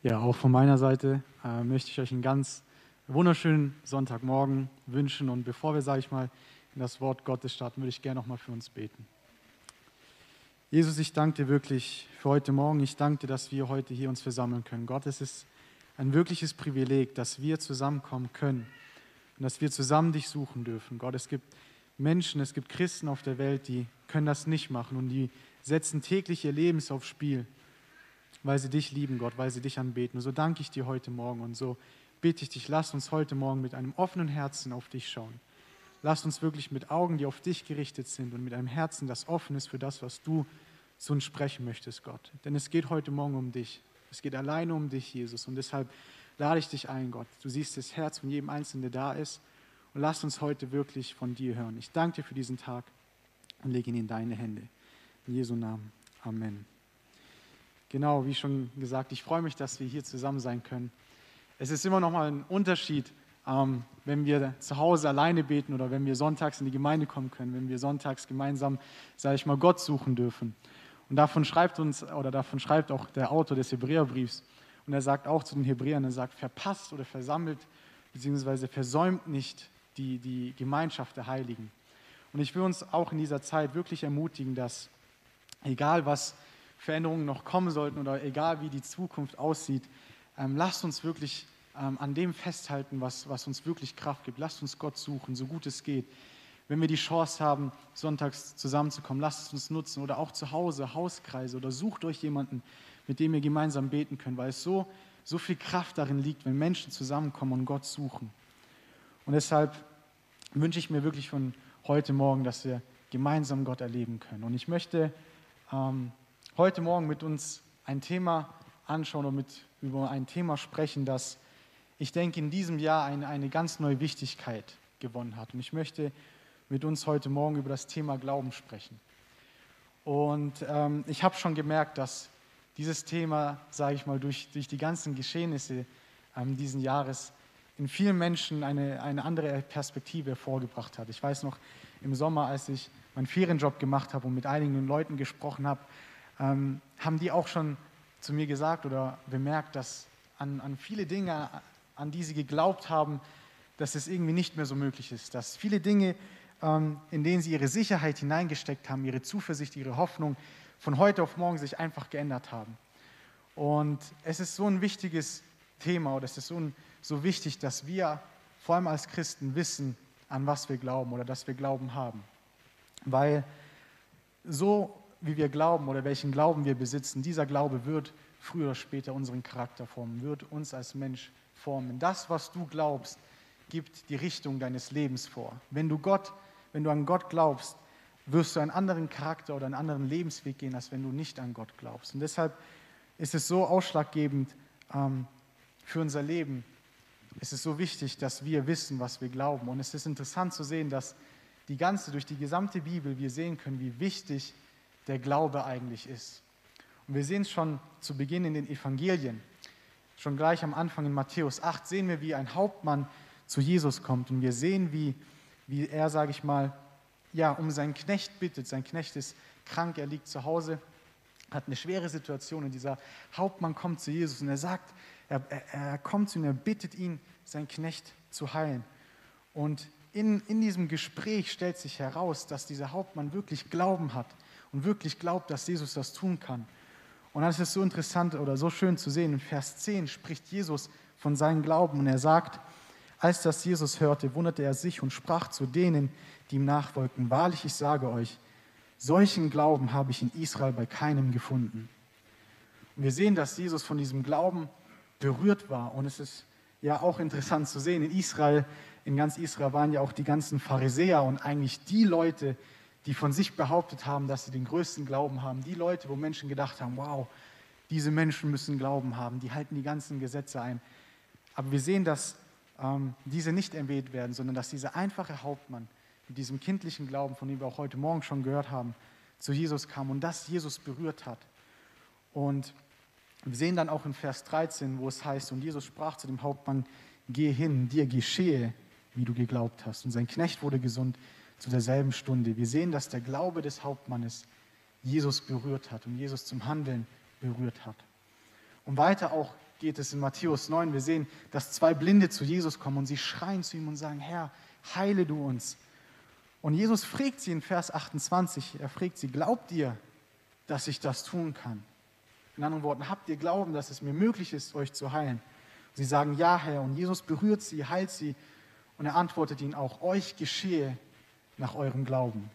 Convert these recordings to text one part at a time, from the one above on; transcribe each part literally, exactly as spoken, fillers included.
Ja, auch von meiner Seite äh, möchte ich euch einen ganz wunderschönen Sonntagmorgen wünschen. Und bevor wir, sage ich mal, in das Wort Gottes starten, würde ich gerne noch mal für uns beten. Jesus, ich danke dir wirklich für heute Morgen. Ich danke dir, dass wir heute hier uns versammeln können. Gott, es ist ein wirkliches Privileg, dass wir zusammenkommen können und dass wir zusammen dich suchen dürfen. Gott, es gibt Menschen, es gibt Christen auf der Welt, die können das nicht machen und die setzen täglich ihr Leben aufs Spiel, weil sie dich lieben, Gott, weil sie dich anbeten. Und so danke ich dir heute Morgen und so bitte ich dich, lass uns heute Morgen mit einem offenen Herzen auf dich schauen. Lass uns wirklich mit Augen, die auf dich gerichtet sind und mit einem Herzen, das offen ist für das, was du zu uns sprechen möchtest, Gott. Denn es geht heute Morgen um dich. Es geht alleine um dich, Jesus. Und deshalb lade ich dich ein, Gott. Du siehst das Herz von jedem Einzelnen, der da ist. Und lass uns heute wirklich von dir hören. Ich danke dir für diesen Tag und lege ihn in deine Hände. In Jesu Namen. Amen. Genau, wie schon gesagt, ich freue mich, dass wir hier zusammen sein können. Es ist immer noch mal ein Unterschied, ähm, wenn wir zu Hause alleine beten oder wenn wir sonntags in die Gemeinde kommen können, wenn wir sonntags gemeinsam, sage ich mal, Gott suchen dürfen. Und davon schreibt uns, oder davon schreibt auch der Autor des Hebräerbriefs. Und er sagt auch zu den Hebräern, er sagt, verpasst oder versammelt, beziehungsweise versäumt nicht die, die Gemeinschaft der Heiligen. Und ich will uns auch in dieser Zeit wirklich ermutigen, dass egal was Veränderungen noch kommen sollten oder egal wie die Zukunft aussieht, ähm, lasst uns wirklich ähm, an dem festhalten, was, was uns wirklich Kraft gibt. Lasst uns Gott suchen, so gut es geht. Wenn wir die Chance haben, sonntags zusammenzukommen, lasst es uns nutzen oder auch zu Hause, Hauskreise oder sucht euch jemanden, mit dem ihr gemeinsam beten könnt, weil es so, so viel Kraft darin liegt, wenn Menschen zusammenkommen und Gott suchen. Und deshalb wünsche ich mir wirklich von heute Morgen, dass wir gemeinsam Gott erleben können. Und ich möchte ähm, heute Morgen mit uns ein Thema anschauen und mit, über ein Thema sprechen, das, ich denke, in diesem Jahr eine, eine ganz neue Wichtigkeit gewonnen hat. Und ich möchte mit uns heute Morgen über das Thema Glauben sprechen. Und ähm, ich habe schon gemerkt, dass dieses Thema, sage ich mal, durch, durch die ganzen Geschehnisse ähm, diesen Jahres in vielen Menschen eine, eine andere Perspektive hervorgebracht hat. Ich weiß noch, im Sommer, als ich meinen Ferienjob gemacht habe und mit einigen Leuten gesprochen habe, ähm, haben die auch schon zu mir gesagt oder bemerkt, dass an, an viele Dinge, an die sie geglaubt haben, dass es irgendwie nicht mehr so möglich ist. Dass viele Dinge, ähm, in denen sie ihre Sicherheit hineingesteckt haben, ihre Zuversicht, ihre Hoffnung, von heute auf morgen sich einfach geändert haben. Und es ist so ein wichtiges Thema oder es ist so, ein, so wichtig, dass wir vor allem als Christen wissen, an was wir glauben oder dass wir Glauben haben. Weil so wie wir glauben oder welchen Glauben wir besitzen, dieser Glaube wird früher oder später unseren Charakter formen, wird uns als Mensch formen. Das, was du glaubst, gibt die Richtung deines Lebens vor. Wenn du Gott, wenn du an Gott glaubst, wirst du einen anderen Charakter oder einen anderen Lebensweg gehen, als wenn du nicht an Gott glaubst. Und deshalb ist es so ausschlaggebend ähm, für unser Leben. Es ist so wichtig, dass wir wissen, was wir glauben. Und es ist interessant zu sehen, dass die ganze, durch die gesamte Bibel wir sehen können, wie wichtig der Glaube eigentlich ist. Und wir sehen es schon zu Beginn in den Evangelien. Schon gleich am Anfang in Matthäus acht sehen wir, wie ein Hauptmann zu Jesus kommt. Und wir sehen, wie, wie er, sage ich mal, ja, um seinen Knecht bittet. Sein Knecht ist krank, er liegt zu Hause, hat eine schwere Situation. Und dieser Hauptmann kommt zu Jesus und er sagt, er, er, er kommt zu ihm, er bittet ihn, seinen Knecht zu heilen. Und in, in diesem Gespräch stellt sich heraus, dass dieser Hauptmann wirklich Glauben hat und wirklich glaubt, dass Jesus das tun kann. Und dann ist es so interessant oder so schön zu sehen, in Vers zehn spricht Jesus von seinem Glauben und er sagt, als das Jesus hörte, wunderte er sich und sprach zu denen, die ihm nachfolgten, wahrlich, ich sage euch, solchen Glauben habe ich in Israel bei keinem gefunden. Und wir sehen, dass Jesus von diesem Glauben berührt war und es ist ja auch interessant zu sehen, in Israel, in ganz Israel waren ja auch die ganzen Pharisäer und eigentlich die Leute, die von sich behauptet haben, dass sie den größten Glauben haben. Die Leute, wo Menschen gedacht haben, wow, diese Menschen müssen Glauben haben, die halten die ganzen Gesetze ein. Aber wir sehen, dass ähm, diese nicht erwähnt werden, sondern dass dieser einfache Hauptmann mit diesem kindlichen Glauben, von dem wir auch heute Morgen schon gehört haben, zu Jesus kam und das Jesus berührt hat. Und wir sehen dann auch in Vers dreizehn, wo es heißt, und Jesus sprach zu dem Hauptmann, geh hin, dir geschehe, wie du geglaubt hast. Und sein Knecht wurde gesund zu derselben Stunde. Wir sehen, dass der Glaube des Hauptmannes Jesus berührt hat und Jesus zum Handeln berührt hat. Und weiter auch geht es in Matthäus neun. Wir sehen, dass zwei Blinde zu Jesus kommen und sie schreien zu ihm und sagen, Herr, heile du uns. Und Jesus fragt sie in Vers achtundzwanzig, er fragt sie, glaubt ihr, dass ich das tun kann? In anderen Worten, habt ihr Glauben, dass es mir möglich ist, euch zu heilen? Sie sagen, ja, Herr. Und Jesus berührt sie, heilt sie und er antwortet ihnen auch, euch geschehe nach eurem Glauben.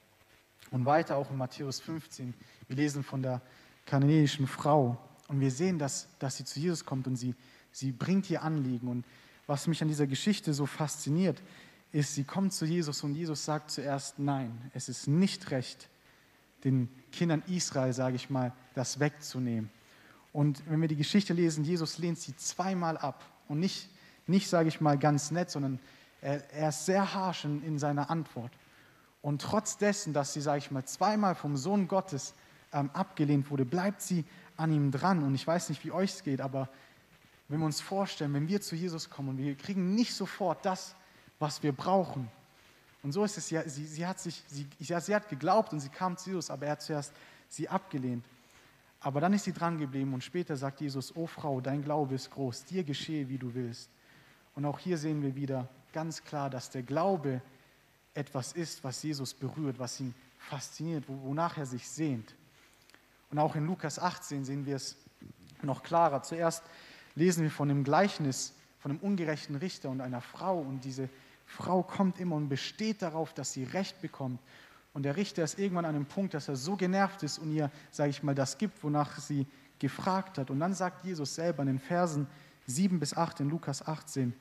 Und weiter auch in Matthäus fünfzehn, wir lesen von der kananäischen Frau und wir sehen, dass, dass sie zu Jesus kommt und sie, sie bringt ihr Anliegen. Und was mich an dieser Geschichte so fasziniert, ist, sie kommt zu Jesus und Jesus sagt zuerst, nein, es ist nicht recht, den Kindern Israel, sage ich mal, das wegzunehmen. Und wenn wir die Geschichte lesen, Jesus lehnt sie zweimal ab und nicht, nicht sage ich mal, ganz nett, sondern er, er ist sehr harsch in, in seiner Antwort. Und trotz dessen, dass sie, sage ich mal, zweimal vom Sohn Gottes ähm, abgelehnt wurde, bleibt sie an ihm dran. Und ich weiß nicht, wie euch es geht, aber wenn wir uns vorstellen, wenn wir zu Jesus kommen und wir kriegen nicht sofort das, was wir brauchen. Und so ist es, sie, sie, sie, hat sich, sie, ja, sie hat geglaubt und sie kam zu Jesus, aber er hat zuerst sie abgelehnt. Aber dann ist sie dran geblieben und später sagt Jesus, oh Frau, dein Glaube ist groß, dir geschehe, wie du willst. Und auch hier sehen wir wieder ganz klar, dass der Glaube etwas ist, was Jesus berührt, was ihn fasziniert, wonach er sich sehnt. Und auch in Lukas achtzehn sehen wir es noch klarer. Zuerst lesen wir von dem Gleichnis von einem ungerechten Richter und einer Frau und diese Frau kommt immer und besteht darauf, dass sie Recht bekommt. Und der Richter ist irgendwann an einem Punkt, dass er so genervt ist und ihr, sage ich mal, das gibt, wonach sie gefragt hat. Und dann sagt Jesus selber in den Versen sieben bis acht in Lukas achtzehn,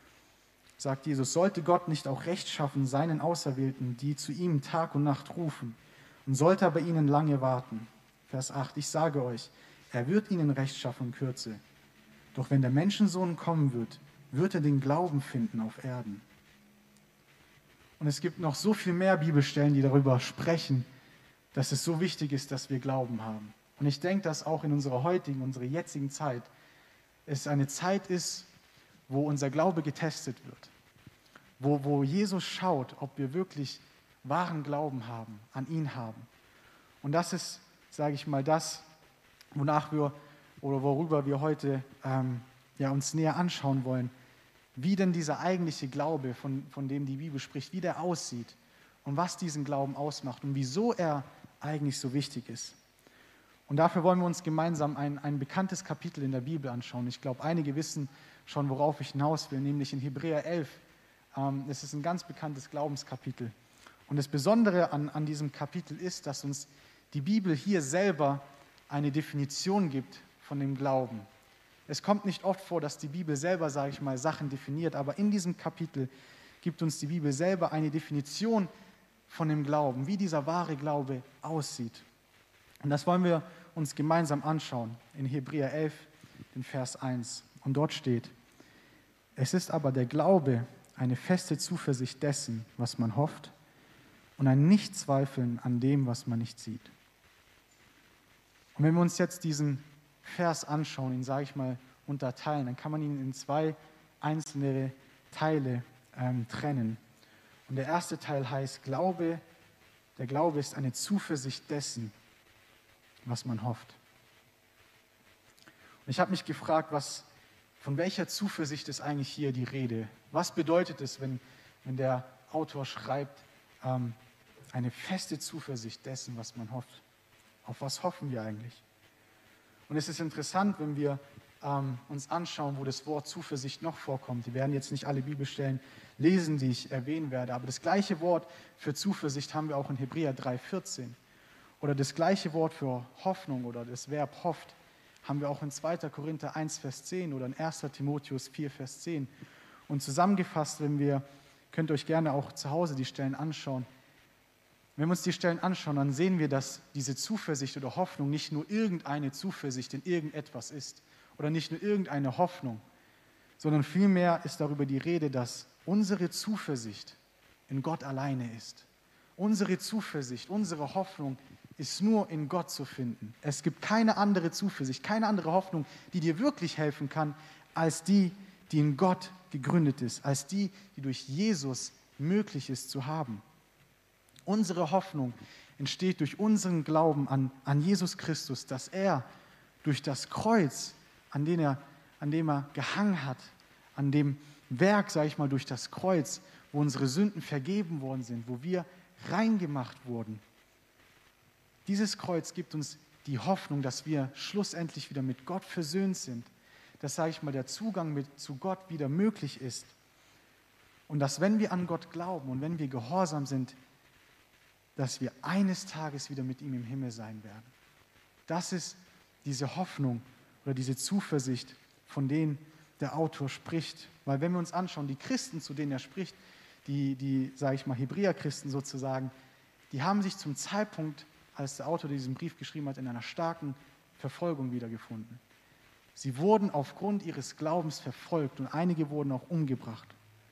sagt Jesus, sollte Gott nicht auch Recht schaffen seinen Auserwählten, die zu ihm Tag und Nacht rufen, und sollte er bei ihnen lange warten? Vers acht, ich sage euch, er wird ihnen Recht schaffen in Kürze. Doch wenn der Menschensohn kommen wird, wird er den Glauben finden auf Erden. Und es gibt noch so viel mehr Bibelstellen, die darüber sprechen, dass es so wichtig ist, dass wir Glauben haben. Und ich denke, dass auch in unserer heutigen, unserer jetzigen Zeit es eine Zeit ist, wo unser Glaube getestet wird. Wo, wo Jesus schaut, ob wir wirklich wahren Glauben haben, an ihn haben. Und das ist, sage ich mal, das, wonach wir oder worüber wir heute ähm, ja, uns näher anschauen wollen. Wie denn dieser eigentliche Glaube, von, von dem die Bibel spricht, wie der aussieht und was diesen Glauben ausmacht und wieso er eigentlich so wichtig ist. Und dafür wollen wir uns gemeinsam ein, ein bekanntes Kapitel in der Bibel anschauen. Ich glaube, einige wissen schon, worauf ich hinaus will, nämlich in Hebräer elf. Ähm, es ist ein ganz bekanntes Glaubenskapitel. Und das Besondere an, an diesem Kapitel ist, dass uns die Bibel hier selber eine Definition gibt von dem Glauben. Es kommt nicht oft vor, dass die Bibel selber, sage ich mal, Sachen definiert, aber in diesem Kapitel gibt uns die Bibel selber eine Definition von dem Glauben, wie dieser wahre Glaube aussieht. Und das wollen wir uns gemeinsam anschauen in Hebräer elf, den Vers eins. Und dort steht, es ist aber der Glaube eine feste Zuversicht dessen, was man hofft, und ein Nichtzweifeln an dem, was man nicht sieht. Und wenn wir uns jetzt diesen Vers anschauen, ihn, sage ich mal, unterteilen, dann kann man ihn in zwei einzelne Teile ähm, trennen. Und der erste Teil heißt Glaube. Der Glaube ist eine Zuversicht dessen, was man hofft. Und ich habe mich gefragt, was, von welcher Zuversicht ist eigentlich hier die Rede? Was bedeutet es, wenn, wenn der Autor schreibt, ähm, eine feste Zuversicht dessen, was man hofft? Auf was hoffen wir eigentlich? Und es ist interessant, wenn wir ähm, uns anschauen, wo das Wort Zuversicht noch vorkommt. Wir werden jetzt nicht alle Bibelstellen lesen, die ich erwähnen werde, aber das gleiche Wort für Zuversicht haben wir auch in Hebräer drei vierzehn. Oder das gleiche Wort für Hoffnung oder das Verb hofft haben wir auch in zweiter Korinther eins, Vers zehn oder in erster Timotheus vier, Vers zehn. Und zusammengefasst, wenn wir, könnt ihr euch gerne auch zu Hause die Stellen anschauen, wenn wir uns die Stellen anschauen, dann sehen wir, dass diese Zuversicht oder Hoffnung nicht nur irgendeine Zuversicht in irgendetwas ist oder nicht nur irgendeine Hoffnung, sondern vielmehr ist darüber die Rede, dass unsere Zuversicht in Gott alleine ist. Unsere Zuversicht, unsere Hoffnung ist nur in Gott zu finden. Es gibt keine andere Zuversicht, keine andere Hoffnung, die dir wirklich helfen kann, als die, die in Gott gegründet ist, als die, die durch Jesus möglich ist zu haben. Unsere Hoffnung entsteht durch unseren Glauben an, an Jesus Christus, dass er durch das Kreuz, an dem er an dem er gehangen hat, an dem Werk, sage ich mal, durch das Kreuz, wo unsere Sünden vergeben worden sind, wo wir reingemacht wurden. Dieses Kreuz gibt uns die Hoffnung, dass wir schlussendlich wieder mit Gott versöhnt sind, dass, sage ich mal, der Zugang mit, zu Gott wieder möglich ist und dass, wenn wir an Gott glauben und wenn wir gehorsam sind, dass wir eines Tages wieder mit ihm im Himmel sein werden. Das ist diese Hoffnung oder diese Zuversicht, von denen der Autor spricht. Weil wenn wir uns anschauen, die Christen, zu denen er spricht, die, die sage ich mal, Hebräer-Christen sozusagen, die haben sich zum Zeitpunkt, als der Autor diesen Brief geschrieben hat, in einer starken Verfolgung wiedergefunden. Sie wurden aufgrund ihres Glaubens verfolgt und einige wurden auch umgebracht.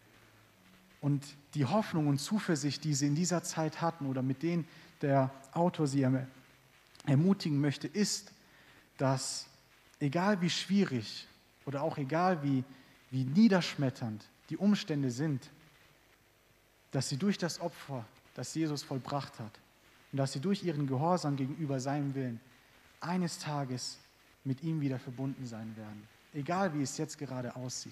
Und die Hoffnung und Zuversicht, die sie in dieser Zeit hatten oder mit denen der Autor sie ermutigen möchte, ist, dass egal wie schwierig oder auch egal wie, wie niederschmetternd die Umstände sind, dass sie durch das Opfer, das Jesus vollbracht hat und dass sie durch ihren Gehorsam gegenüber seinem Willen eines Tages mit ihm wieder verbunden sein werden, egal wie es jetzt gerade aussieht.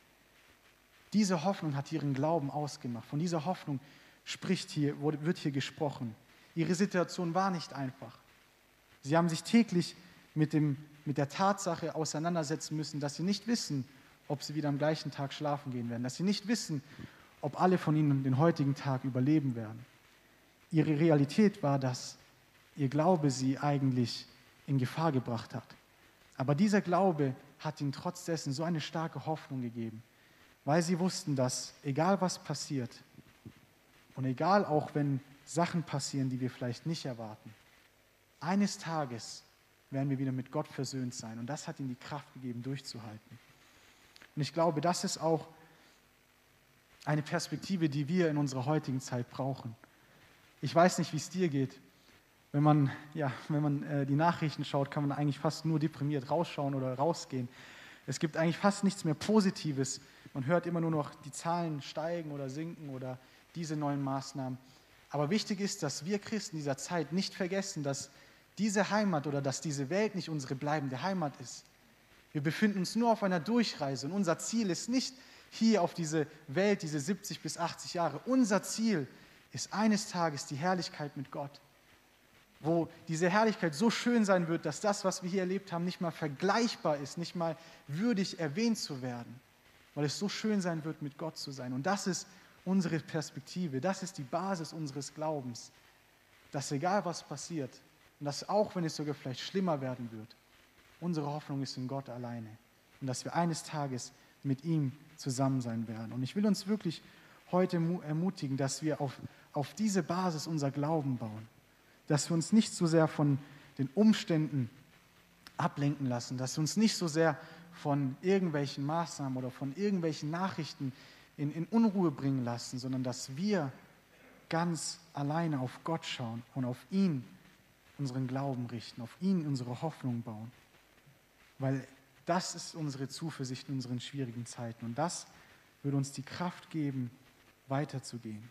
Diese Hoffnung hat ihren Glauben ausgemacht. Von dieser Hoffnung spricht hier, wird hier gesprochen. Ihre Situation war nicht einfach. Sie haben sich täglich mit, dem, mit der Tatsache auseinandersetzen müssen, dass sie nicht wissen, ob sie wieder am gleichen Tag schlafen gehen werden, dass sie nicht wissen, ob alle von ihnen den heutigen Tag überleben werden. Ihre Realität war, dass ihr Glaube sie eigentlich in Gefahr gebracht hat. Aber dieser Glaube hat ihnen trotz dessen so eine starke Hoffnung gegeben, weil sie wussten, dass egal was passiert und egal auch wenn Sachen passieren, die wir vielleicht nicht erwarten, eines Tages werden wir wieder mit Gott versöhnt sein. Und das hat ihnen die Kraft gegeben, durchzuhalten. Und ich glaube, das ist auch eine Perspektive, die wir in unserer heutigen Zeit brauchen. Ich weiß nicht, wie es dir geht. Wenn man, ja, wenn man äh, die Nachrichten schaut, kann man eigentlich fast nur deprimiert rausschauen oder rausgehen. Es gibt eigentlich fast nichts mehr Positives. Man hört immer nur noch, die Zahlen steigen oder sinken oder diese neuen Maßnahmen. Aber wichtig ist, dass wir Christen dieser Zeit nicht vergessen, dass diese Heimat oder dass diese Welt nicht unsere bleibende Heimat ist. Wir befinden uns nur auf einer Durchreise und unser Ziel ist nicht hier auf diese Welt, diese siebzig bis achtzig Jahre. Unser Ziel ist eines Tages die Herrlichkeit mit Gott, wo diese Herrlichkeit so schön sein wird, dass das, was wir hier erlebt haben, nicht mal vergleichbar ist, nicht mal würdig erwähnt zu werden, weil es so schön sein wird, mit Gott zu sein. Und das ist unsere Perspektive, das ist die Basis unseres Glaubens, dass egal was passiert, und dass auch wenn es sogar vielleicht schlimmer werden wird, unsere Hoffnung ist in Gott alleine und dass wir eines Tages mit ihm zusammen sein werden. Und ich will uns wirklich heute ermutigen, dass wir auf, auf diese Basis unser Glauben bauen, dass wir uns nicht so sehr von den Umständen ablenken lassen, dass wir uns nicht so sehr von irgendwelchen Maßnahmen oder von irgendwelchen Nachrichten in, in Unruhe bringen lassen, sondern dass wir ganz alleine auf Gott schauen und auf ihn unseren Glauben richten, auf ihn unsere Hoffnung bauen. Weil das ist unsere Zuversicht in unseren schwierigen Zeiten und das würde uns die Kraft geben, weiterzugehen.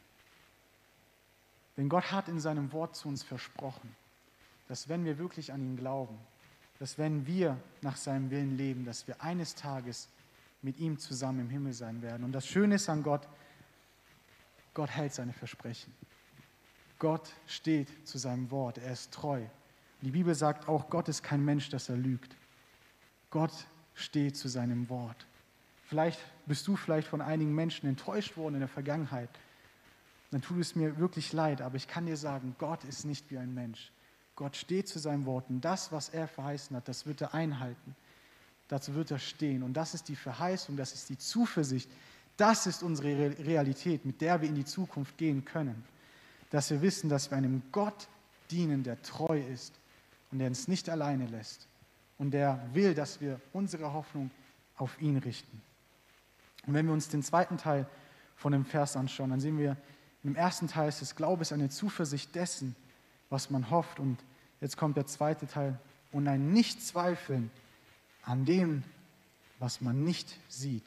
Denn Gott hat in seinem Wort zu uns versprochen, dass wenn wir wirklich an ihn glauben, dass wenn wir nach seinem Willen leben, dass wir eines Tages mit ihm zusammen im Himmel sein werden. Und das Schöne ist an Gott, Gott hält seine Versprechen. Gott steht zu seinem Wort, er ist treu. Und die Bibel sagt auch, Gott ist kein Mensch, dass er lügt. Gott steht zu seinem Wort. Vielleicht bist du vielleicht von einigen Menschen enttäuscht worden in der Vergangenheit. Dann tut es mir wirklich leid, aber ich kann dir sagen, Gott ist nicht wie ein Mensch. Gott steht zu seinem Wort und das, was er verheißen hat, das wird er einhalten. Dazu wird er stehen und das ist die Verheißung, das ist die Zuversicht. Das ist unsere Realität, mit der wir in die Zukunft gehen können. Dass wir wissen, dass wir einem Gott dienen, der treu ist und der uns nicht alleine lässt und der will, dass wir unsere Hoffnung auf ihn richten. Und wenn wir uns den zweiten Teil von dem Vers anschauen, dann sehen wir, im ersten Teil ist es, Glaube ist eine Zuversicht dessen, was man hofft. Und jetzt kommt der zweite Teil, und ein Nicht-Zweifeln an dem, was man nicht sieht.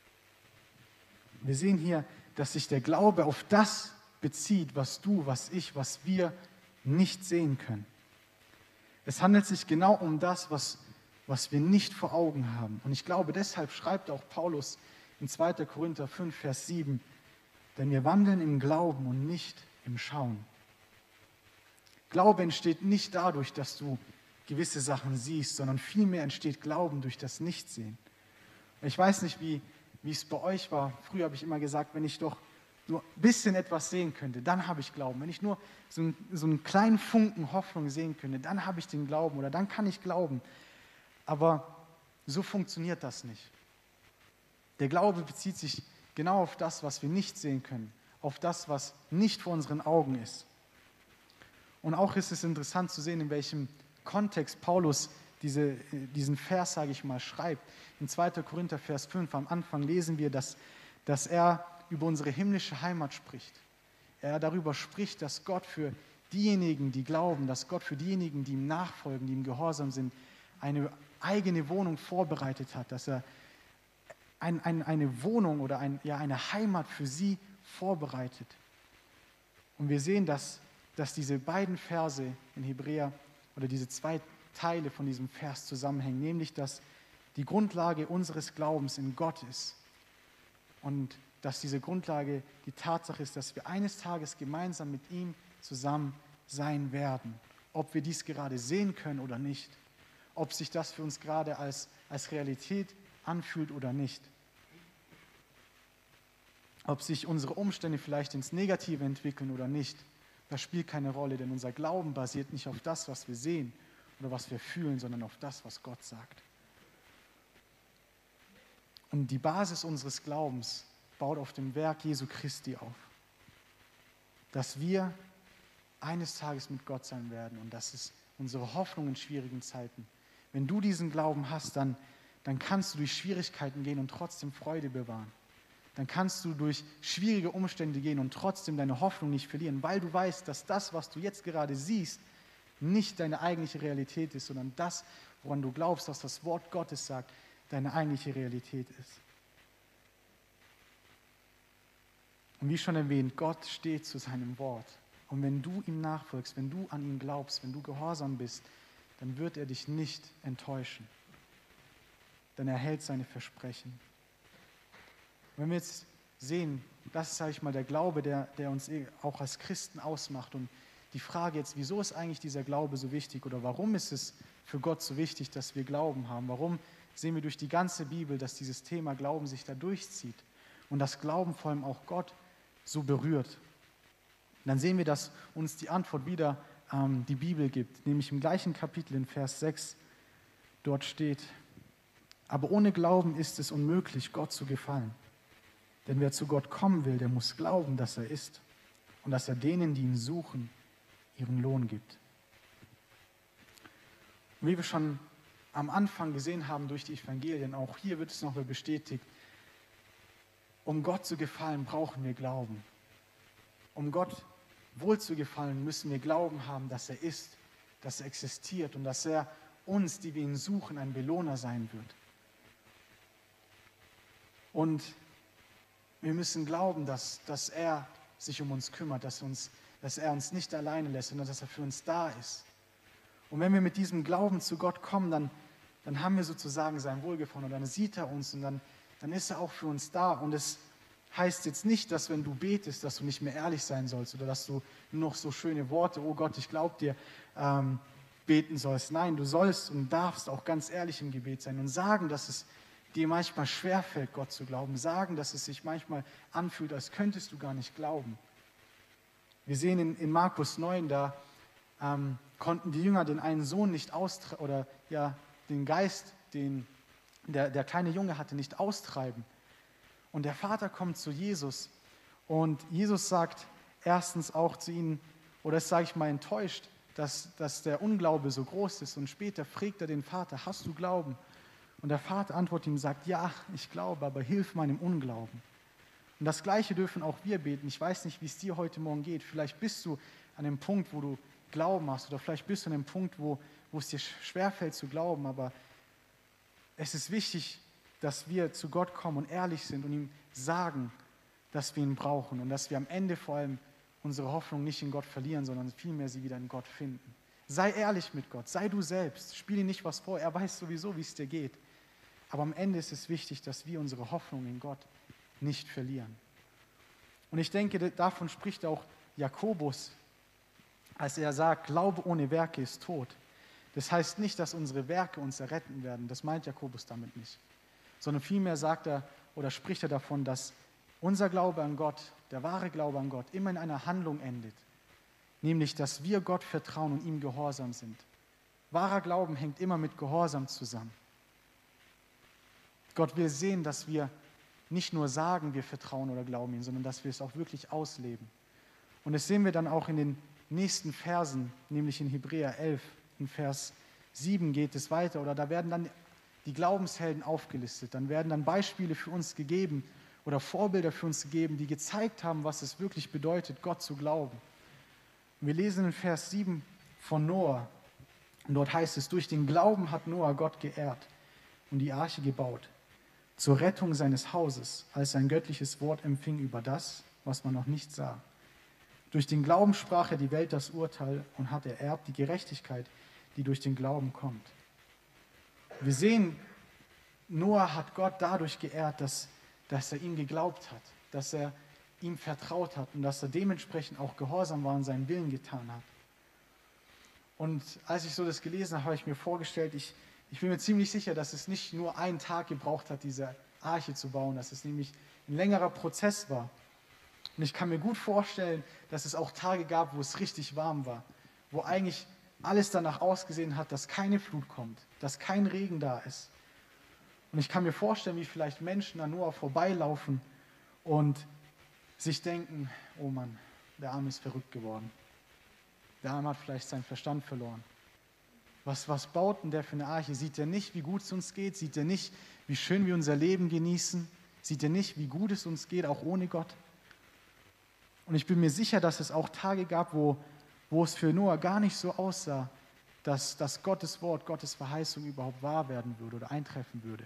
Wir sehen hier, dass sich der Glaube auf das bezieht, was du, was ich, was wir nicht sehen können. Es handelt sich genau um das, was was wir nicht vor Augen haben. Und ich glaube, deshalb schreibt auch Paulus in zweiter Korinther fünf, Vers sieben, denn wir wandeln im Glauben und nicht im Schauen. Glaube entsteht nicht dadurch, dass du gewisse Sachen siehst, sondern vielmehr entsteht Glauben durch das Nichtsehen. Ich weiß nicht, wie, wie es bei euch war. Früher habe ich immer gesagt, wenn ich doch nur ein bisschen etwas sehen könnte, dann habe ich Glauben. Wenn ich nur so einen, so einen kleinen Funken Hoffnung sehen könnte, dann habe ich den Glauben oder dann kann ich glauben. Aber so funktioniert das nicht. Der Glaube bezieht sich genau auf das, was wir nicht sehen können, auf das, was nicht vor unseren Augen ist. Und auch ist es interessant zu sehen, in welchem Kontext Paulus diese, diesen Vers, sage ich mal, schreibt. In zweiter Korinther, Vers fünf, am Anfang lesen wir, dass, dass er über unsere himmlische Heimat spricht. Er darüber spricht, dass Gott für diejenigen, die glauben, dass Gott für diejenigen, die ihm nachfolgen, die ihm gehorsam sind, eine eigene Wohnung vorbereitet hat, dass er ein, ein, eine Wohnung oder ein, ja, eine Heimat für sie vorbereitet. Und wir sehen, dass, dass diese beiden Verse in Hebräer oder diese zwei Teile von diesem Vers zusammenhängen, nämlich dass die Grundlage unseres Glaubens in Gott ist und dass diese Grundlage die Tatsache ist, dass wir eines Tages gemeinsam mit ihm zusammen sein werden, ob wir dies gerade sehen können oder nicht, ob sich das für uns gerade als, als Realität anfühlt oder nicht, ob sich unsere Umstände vielleicht ins Negative entwickeln oder nicht, das spielt keine Rolle, denn unser Glauben basiert nicht auf das, was wir sehen oder was wir fühlen, sondern auf das, was Gott sagt. Und die Basis unseres Glaubens baut auf dem Werk Jesu Christi auf, dass wir eines Tages mit Gott sein werden und das ist unsere Hoffnung in schwierigen Zeiten. Wenn du diesen Glauben hast, dann, dann kannst du durch Schwierigkeiten gehen und trotzdem Freude bewahren. Dann kannst du durch schwierige Umstände gehen und trotzdem deine Hoffnung nicht verlieren, weil du weißt, dass das, was du jetzt gerade siehst, nicht deine eigentliche Realität ist, sondern das, woran du glaubst, was das Wort Gottes sagt, deine eigentliche Realität ist. Und wie schon erwähnt, Gott steht zu seinem Wort. Und wenn du ihm nachfolgst, wenn du an ihn glaubst, wenn du gehorsam bist, dann wird er dich nicht enttäuschen. Denn er hält seine Versprechen. Und wenn wir jetzt sehen, das ist, sage ich mal, der Glaube, der, der uns auch als Christen ausmacht. Und die Frage jetzt, wieso ist eigentlich dieser Glaube so wichtig oder warum ist es für Gott so wichtig, dass wir Glauben haben? Warum sehen wir durch die ganze Bibel, dass dieses Thema Glauben sich da durchzieht und dass Glauben vor allem auch Gott so berührt? Und dann sehen wir, dass uns die Antwort wieder ähm, die Bibel gibt, nämlich im gleichen Kapitel in Vers sechs, dort steht, aber ohne Glauben ist es unmöglich, Gott zu gefallen. Denn wer zu Gott kommen will, der muss glauben, dass er ist und dass er denen, die ihn suchen, ihren Lohn gibt. Und wie wir schon am Anfang gesehen haben durch die Evangelien, auch hier wird es nochmal bestätigt, um Gott zu gefallen, brauchen wir Glauben. Um Gott wohl zu gefallen, müssen wir Glauben haben, dass er ist, dass er existiert und dass er uns, die wir ihn suchen, ein Belohner sein wird. Und wir müssen glauben, dass, dass er sich um uns kümmert, dass, uns, dass er uns nicht alleine lässt, sondern dass er für uns da ist. Und wenn wir mit diesem Glauben zu Gott kommen, dann, dann haben wir sozusagen sein Wohlgefallen und dann sieht er uns und dann, dann ist er auch für uns da. Und es heißt jetzt nicht, dass wenn du betest, dass du nicht mehr ehrlich sein sollst oder dass du nur noch so schöne Worte, oh Gott, ich glaube dir, ähm, beten sollst. Nein, du sollst und darfst auch ganz ehrlich im Gebet sein und sagen, dass es dir manchmal schwerfällt, Gott zu glauben. Sagen, dass es sich manchmal anfühlt, als könntest du gar nicht glauben. Wir sehen in, in Markus neun, da ähm, konnten die Jünger den einen Sohn nicht austreiben, oder ja, den Geist, den der, der kleine Junge hatte, nicht austreiben. Und der Vater kommt zu Jesus und Jesus sagt erstens auch zu ihnen, oder das sage ich mal enttäuscht, dass, dass der Unglaube so groß ist und später fragt er den Vater, hast du Glauben? Und der Vater antwortet ihm und sagt, ja, ich glaube, aber hilf meinem Unglauben. Und das Gleiche dürfen auch wir beten. Ich weiß nicht, wie es dir heute Morgen geht. Vielleicht bist du an dem Punkt, wo du Glauben hast oder vielleicht bist du an dem Punkt, wo, wo es dir schwerfällt zu glauben, aber es ist wichtig, dass wir zu Gott kommen und ehrlich sind und ihm sagen, dass wir ihn brauchen und dass wir am Ende vor allem unsere Hoffnung nicht in Gott verlieren, sondern vielmehr sie wieder in Gott finden. Sei ehrlich mit Gott, sei du selbst, spiel ihm nicht was vor, er weiß sowieso, wie es dir geht. Aber am Ende ist es wichtig, dass wir unsere Hoffnung in Gott nicht verlieren. Und ich denke, davon spricht auch Jakobus, als er sagt, Glaube ohne Werke ist tot. Das heißt nicht, dass unsere Werke uns erretten werden, das meint Jakobus damit nicht. Sondern vielmehr sagt er oder spricht er davon, dass unser Glaube an Gott, der wahre Glaube an Gott, immer in einer Handlung endet. Nämlich, dass wir Gott vertrauen und ihm gehorsam sind. Wahrer Glauben hängt immer mit Gehorsam zusammen. Gott will sehen, dass wir nicht nur sagen, wir vertrauen oder glauben ihm, sondern dass wir es auch wirklich ausleben. Und das sehen wir dann auch in den nächsten Versen, nämlich in Hebräer elf, in Vers sieben geht es weiter, oder da werden dann die Glaubenshelden aufgelistet, dann werden dann Beispiele für uns gegeben oder Vorbilder für uns gegeben, die gezeigt haben, was es wirklich bedeutet, Gott zu glauben. Und wir lesen in Vers sieben von Noah, und dort heißt es, durch den Glauben hat Noah Gott geehrt und die Arche gebaut, zur Rettung seines Hauses, als sein göttliches Wort empfing über das, was man noch nicht sah. Durch den Glauben sprach er die Welt das Urteil und hat ererbt die Gerechtigkeit, die durch den Glauben kommt. Wir sehen, Noah hat Gott dadurch geehrt, dass, dass er ihm geglaubt hat, dass er ihm vertraut hat und dass er dementsprechend auch gehorsam war und seinen Willen getan hat. Und als ich so das gelesen habe, habe ich mir vorgestellt, ich, ich bin mir ziemlich sicher, dass es nicht nur einen Tag gebraucht hat, diese Arche zu bauen, dass es nämlich ein längerer Prozess war. Und ich kann mir gut vorstellen, dass es auch Tage gab, wo es richtig warm war, wo eigentlich alles danach ausgesehen hat, dass keine Flut kommt, dass kein Regen da ist. Und ich kann mir vorstellen, wie vielleicht Menschen an Noah vorbeilaufen und sich denken, oh Mann, der Arme ist verrückt geworden. Der Arme hat vielleicht seinen Verstand verloren. Was, was baut denn der für eine Arche? Sieht er nicht, wie gut es uns geht? Sieht er nicht, wie schön wir unser Leben genießen? Sieht er nicht, wie gut es uns geht, auch ohne Gott? Und ich bin mir sicher, dass es auch Tage gab, wo, wo es für Noah gar nicht so aussah, dass, dass Gottes Wort, Gottes Verheißung überhaupt wahr werden würde oder eintreffen würde.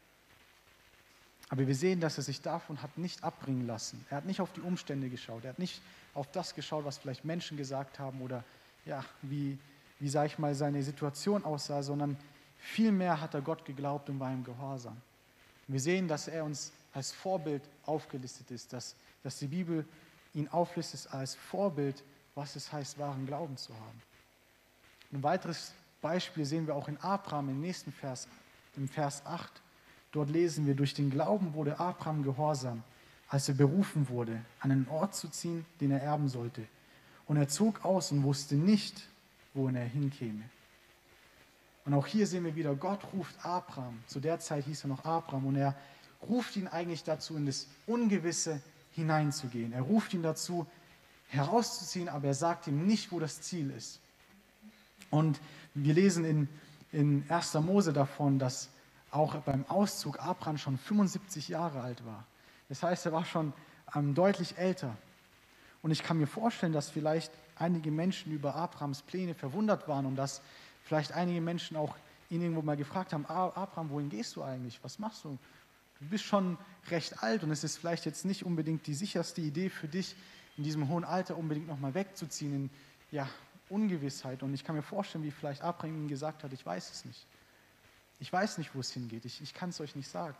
Aber wir sehen, dass er sich davon hat nicht abbringen lassen. Er hat nicht auf die Umstände geschaut. Er hat nicht auf das geschaut, was vielleicht Menschen gesagt haben oder ja, wie, wie sage ich mal, seine Situation aussah, sondern vielmehr hat er Gott geglaubt und war ihm gehorsam. Wir sehen, dass er uns als Vorbild aufgelistet ist, dass, dass die Bibel ihn auflistet als Vorbild, was es heißt, wahren Glauben zu haben. Ein weiteres Beispiel sehen wir auch in Abraham im nächsten Vers, im Vers acht. Dort lesen wir, durch den Glauben wurde Abraham gehorsam, als er berufen wurde, an einen Ort zu ziehen, den er erben sollte. Und er zog aus und wusste nicht, wohin er hinkäme. Und auch hier sehen wir wieder, Gott ruft Abraham, zu der Zeit hieß er noch Abraham, und er ruft ihn eigentlich dazu, in das Ungewisse hineinzugehen. Er ruft ihn dazu, herauszuziehen, aber er sagt ihm nicht, wo das Ziel ist. Und wir lesen in, in erster Mose davon, dass auch beim Auszug Abraham schon fünfundsiebzig Jahre alt war. Das heißt, er war schon ähm, deutlich älter. Und ich kann mir vorstellen, dass vielleicht einige Menschen über Abrahams Pläne verwundert waren und dass vielleicht einige Menschen auch ihn irgendwo mal gefragt haben, Abraham, wohin gehst du eigentlich? Was machst du? Du bist schon recht alt und es ist vielleicht jetzt nicht unbedingt die sicherste Idee für dich, in diesem hohen Alter unbedingt nochmal wegzuziehen in ja, Ungewissheit. Und ich kann mir vorstellen, wie vielleicht Abraham ihm gesagt hat, ich weiß es nicht. Ich weiß nicht, wo es hingeht. Ich, ich kann es euch nicht sagen.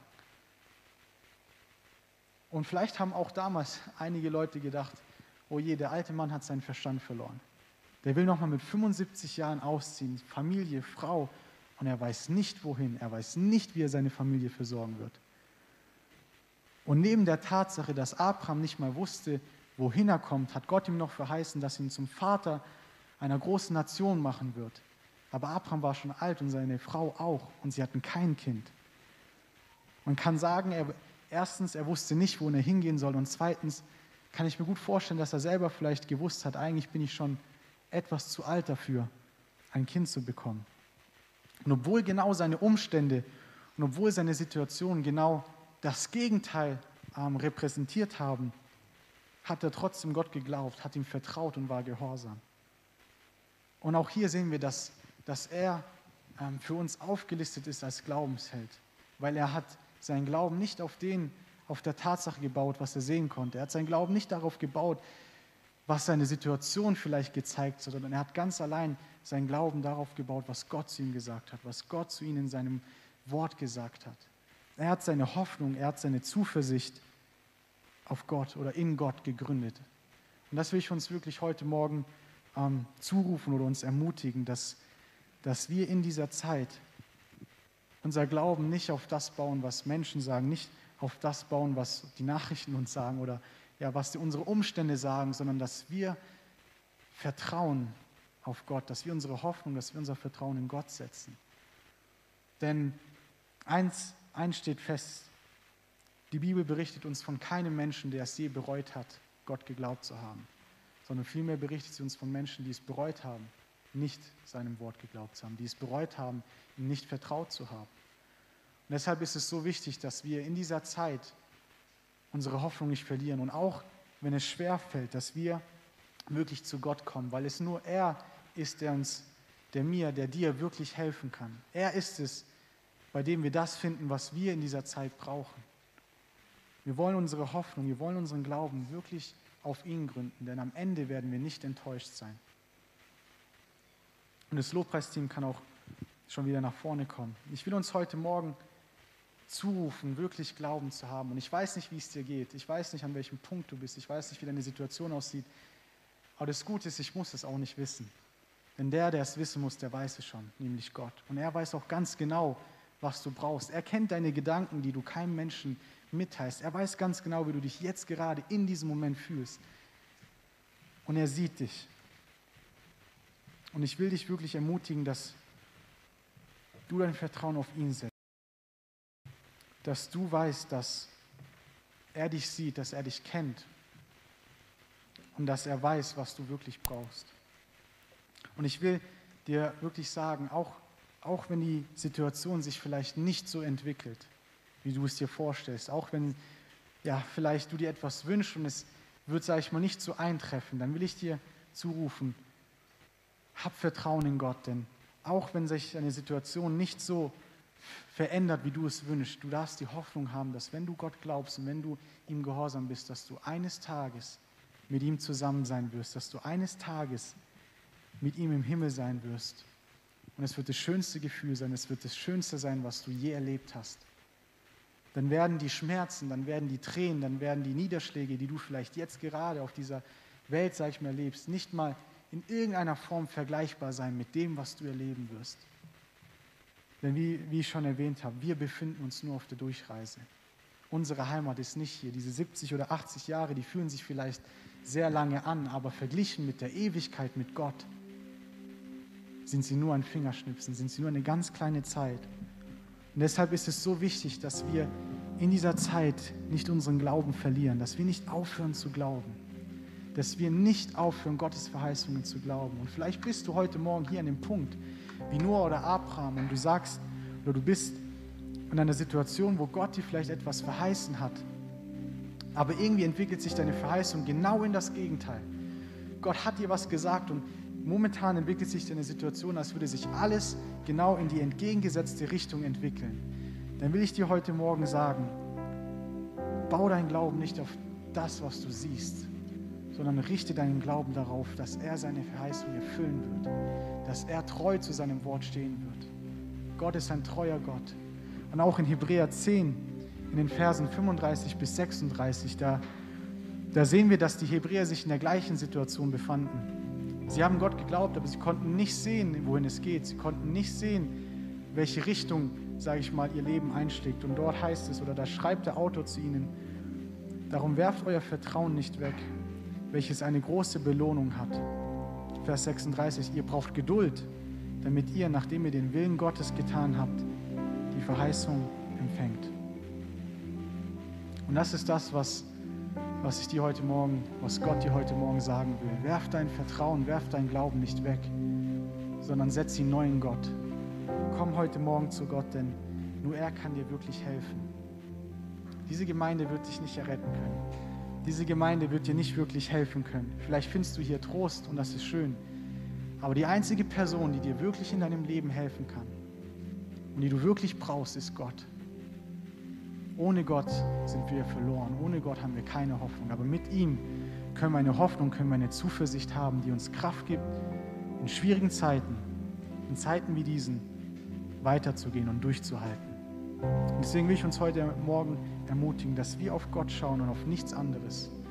Und vielleicht haben auch damals einige Leute gedacht, oh je, der alte Mann hat seinen Verstand verloren. Der will nochmal mit fünfundsiebzig Jahren ausziehen, Familie, Frau, und er weiß nicht, wohin. Er weiß nicht, wie er seine Familie versorgen wird. Und neben der Tatsache, dass Abraham nicht mal wusste, wohin er kommt, hat Gott ihm noch verheißen, dass er ihn zum Vater einer großen Nation machen wird. Aber Abraham war schon alt und seine Frau auch, und sie hatten kein Kind. Man kann sagen, er, erstens, er wusste nicht, wohin er hingehen soll, und zweitens kann ich mir gut vorstellen, dass er selber vielleicht gewusst hat, eigentlich bin ich schon etwas zu alt dafür, ein Kind zu bekommen. Und obwohl genau seine Umstände und obwohl seine Situation genau das Gegenteil ähm, repräsentiert haben, hat er trotzdem Gott geglaubt, hat ihm vertraut und war gehorsam. Und auch hier sehen wir, dass, dass er ähm, für uns aufgelistet ist als Glaubensheld, weil er hat seinen Glauben nicht auf, den, auf der Tatsache gebaut, was er sehen konnte. Er hat seinen Glauben nicht darauf gebaut, was seine Situation vielleicht gezeigt hat, sondern er hat ganz allein seinen Glauben darauf gebaut, was Gott zu ihm gesagt hat, was Gott zu ihm in seinem Wort gesagt hat. Er hat seine Hoffnung, er hat seine Zuversicht auf Gott oder in Gott gegründet. Und das will ich uns wirklich heute Morgen ähm, zurufen oder uns ermutigen, dass, dass wir in dieser Zeit unser Glauben nicht auf das bauen, was Menschen sagen, nicht auf das bauen, was die Nachrichten uns sagen oder ja, was die, unsere Umstände sagen, sondern dass wir vertrauen auf Gott, dass wir unsere Hoffnung, dass wir unser Vertrauen in Gott setzen. Denn eins, eins steht fest, die Bibel berichtet uns von keinem Menschen, der es je bereut hat, Gott geglaubt zu haben, sondern vielmehr berichtet sie uns von Menschen, die es bereut haben, nicht seinem Wort geglaubt zu haben, die es bereut haben, ihm nicht vertraut zu haben. Und deshalb ist es so wichtig, dass wir in dieser Zeit unsere Hoffnung nicht verlieren und auch, wenn es schwer fällt, dass wir wirklich zu Gott kommen, weil es nur er ist, der uns, der mir, der dir wirklich helfen kann. Er ist es, bei dem wir das finden, was wir in dieser Zeit brauchen. Wir wollen unsere Hoffnung, wir wollen unseren Glauben wirklich auf ihn gründen, denn am Ende werden wir nicht enttäuscht sein. Und das Lobpreisteam kann auch schon wieder nach vorne kommen. Ich will uns heute Morgen zurufen, wirklich Glauben zu haben. Und ich weiß nicht, wie es dir geht. Ich weiß nicht, an welchem Punkt du bist. Ich weiß nicht, wie deine Situation aussieht. Aber das Gute ist, ich muss es auch nicht wissen. Denn der, der es wissen muss, der weiß es schon, nämlich Gott. Und er weiß auch ganz genau, was du brauchst. Er kennt deine Gedanken, die du keinem Menschen mitteilst. Er weiß ganz genau, wie du dich jetzt gerade in diesem Moment fühlst. Und er sieht dich. Und ich will dich wirklich ermutigen, dass du dein Vertrauen auf ihn setzt. Dass du weißt, dass er dich sieht, dass er dich kennt und dass er weiß, was du wirklich brauchst. Und ich will dir wirklich sagen, auch, auch wenn die Situation sich vielleicht nicht so entwickelt, wie du es dir vorstellst, auch wenn ja, vielleicht du dir etwas wünschst und es wird, sage ich mal, nicht so eintreffen, dann will ich dir zurufen, hab Vertrauen in Gott, denn auch wenn sich eine Situation nicht so verändert, wie du es wünschst, du darfst die Hoffnung haben, dass wenn du Gott glaubst und wenn du ihm gehorsam bist, dass du eines Tages mit ihm zusammen sein wirst, dass du eines Tages mit ihm im Himmel sein wirst. Und es wird das schönste Gefühl sein, es wird das Schönste sein, was du je erlebt hast. Dann werden die Schmerzen, dann werden die Tränen, dann werden die Niederschläge, die du vielleicht jetzt gerade auf dieser Welt, sag ich mal, erlebst, nicht mal in irgendeiner Form vergleichbar sein mit dem, was du erleben wirst. Denn wie, wie ich schon erwähnt habe, wir befinden uns nur auf der Durchreise. Unsere Heimat ist nicht hier. Diese siebzig oder achtzig Jahre, die fühlen sich vielleicht sehr lange an, aber verglichen mit der Ewigkeit mit Gott sind sie nur ein Fingerschnipsen, sind sie nur eine ganz kleine Zeit. Und deshalb ist es so wichtig, dass wir in dieser Zeit nicht unseren Glauben verlieren, dass wir nicht aufhören zu glauben, dass wir nicht aufhören, Gottes Verheißungen zu glauben. Und vielleicht bist du heute Morgen hier an dem Punkt, wie Noah oder Abraham, und du sagst, oder du bist in einer Situation, wo Gott dir vielleicht etwas verheißen hat, aber irgendwie entwickelt sich deine Verheißung genau in das Gegenteil. Gott hat dir was gesagt und momentan entwickelt sich deine Situation, als würde sich alles genau in die entgegengesetzte Richtung entwickeln. Dann will ich dir heute Morgen sagen, bau deinen Glauben nicht auf das, was du siehst, sondern richte deinen Glauben darauf, dass er seine Verheißung erfüllen wird, dass er treu zu seinem Wort stehen wird. Gott ist ein treuer Gott. Und auch in Hebräer zehn, in den Versen fünfunddreißig bis sechsunddreißig, da, da sehen wir, dass die Hebräer sich in der gleichen Situation befanden. Sie haben Gott geglaubt, aber sie konnten nicht sehen, wohin es geht. Sie konnten nicht sehen, welche Richtung, sage ich mal, ihr Leben einschlägt. Und dort heißt es, oder da schreibt der Autor zu ihnen, darum werft euer Vertrauen nicht weg, welches eine große Belohnung hat. Vers sechsunddreißig, ihr braucht Geduld, damit ihr, nachdem ihr den Willen Gottes getan habt, die Verheißung empfängt. Und das ist das, was, was ich dir heute Morgen, was Gott dir heute Morgen sagen will. Werf dein Vertrauen, werf deinen Glauben nicht weg, sondern setz ihn neu in Gott. Komm heute Morgen zu Gott, denn nur er kann dir wirklich helfen. Diese Gemeinde wird dich nicht erretten können. Diese Gemeinde wird dir nicht wirklich helfen können. Vielleicht findest du hier Trost und das ist schön. Aber die einzige Person, die dir wirklich in deinem Leben helfen kann und die du wirklich brauchst, ist Gott. Ohne Gott sind wir verloren. Ohne Gott haben wir keine Hoffnung. Aber mit ihm können wir eine Hoffnung, können wir eine Zuversicht haben, die uns Kraft gibt, in schwierigen Zeiten, in Zeiten wie diesen, weiterzugehen und durchzuhalten. Und deswegen will ich uns heute Morgen ermutigen, dass wir auf Gott schauen und auf nichts anderes.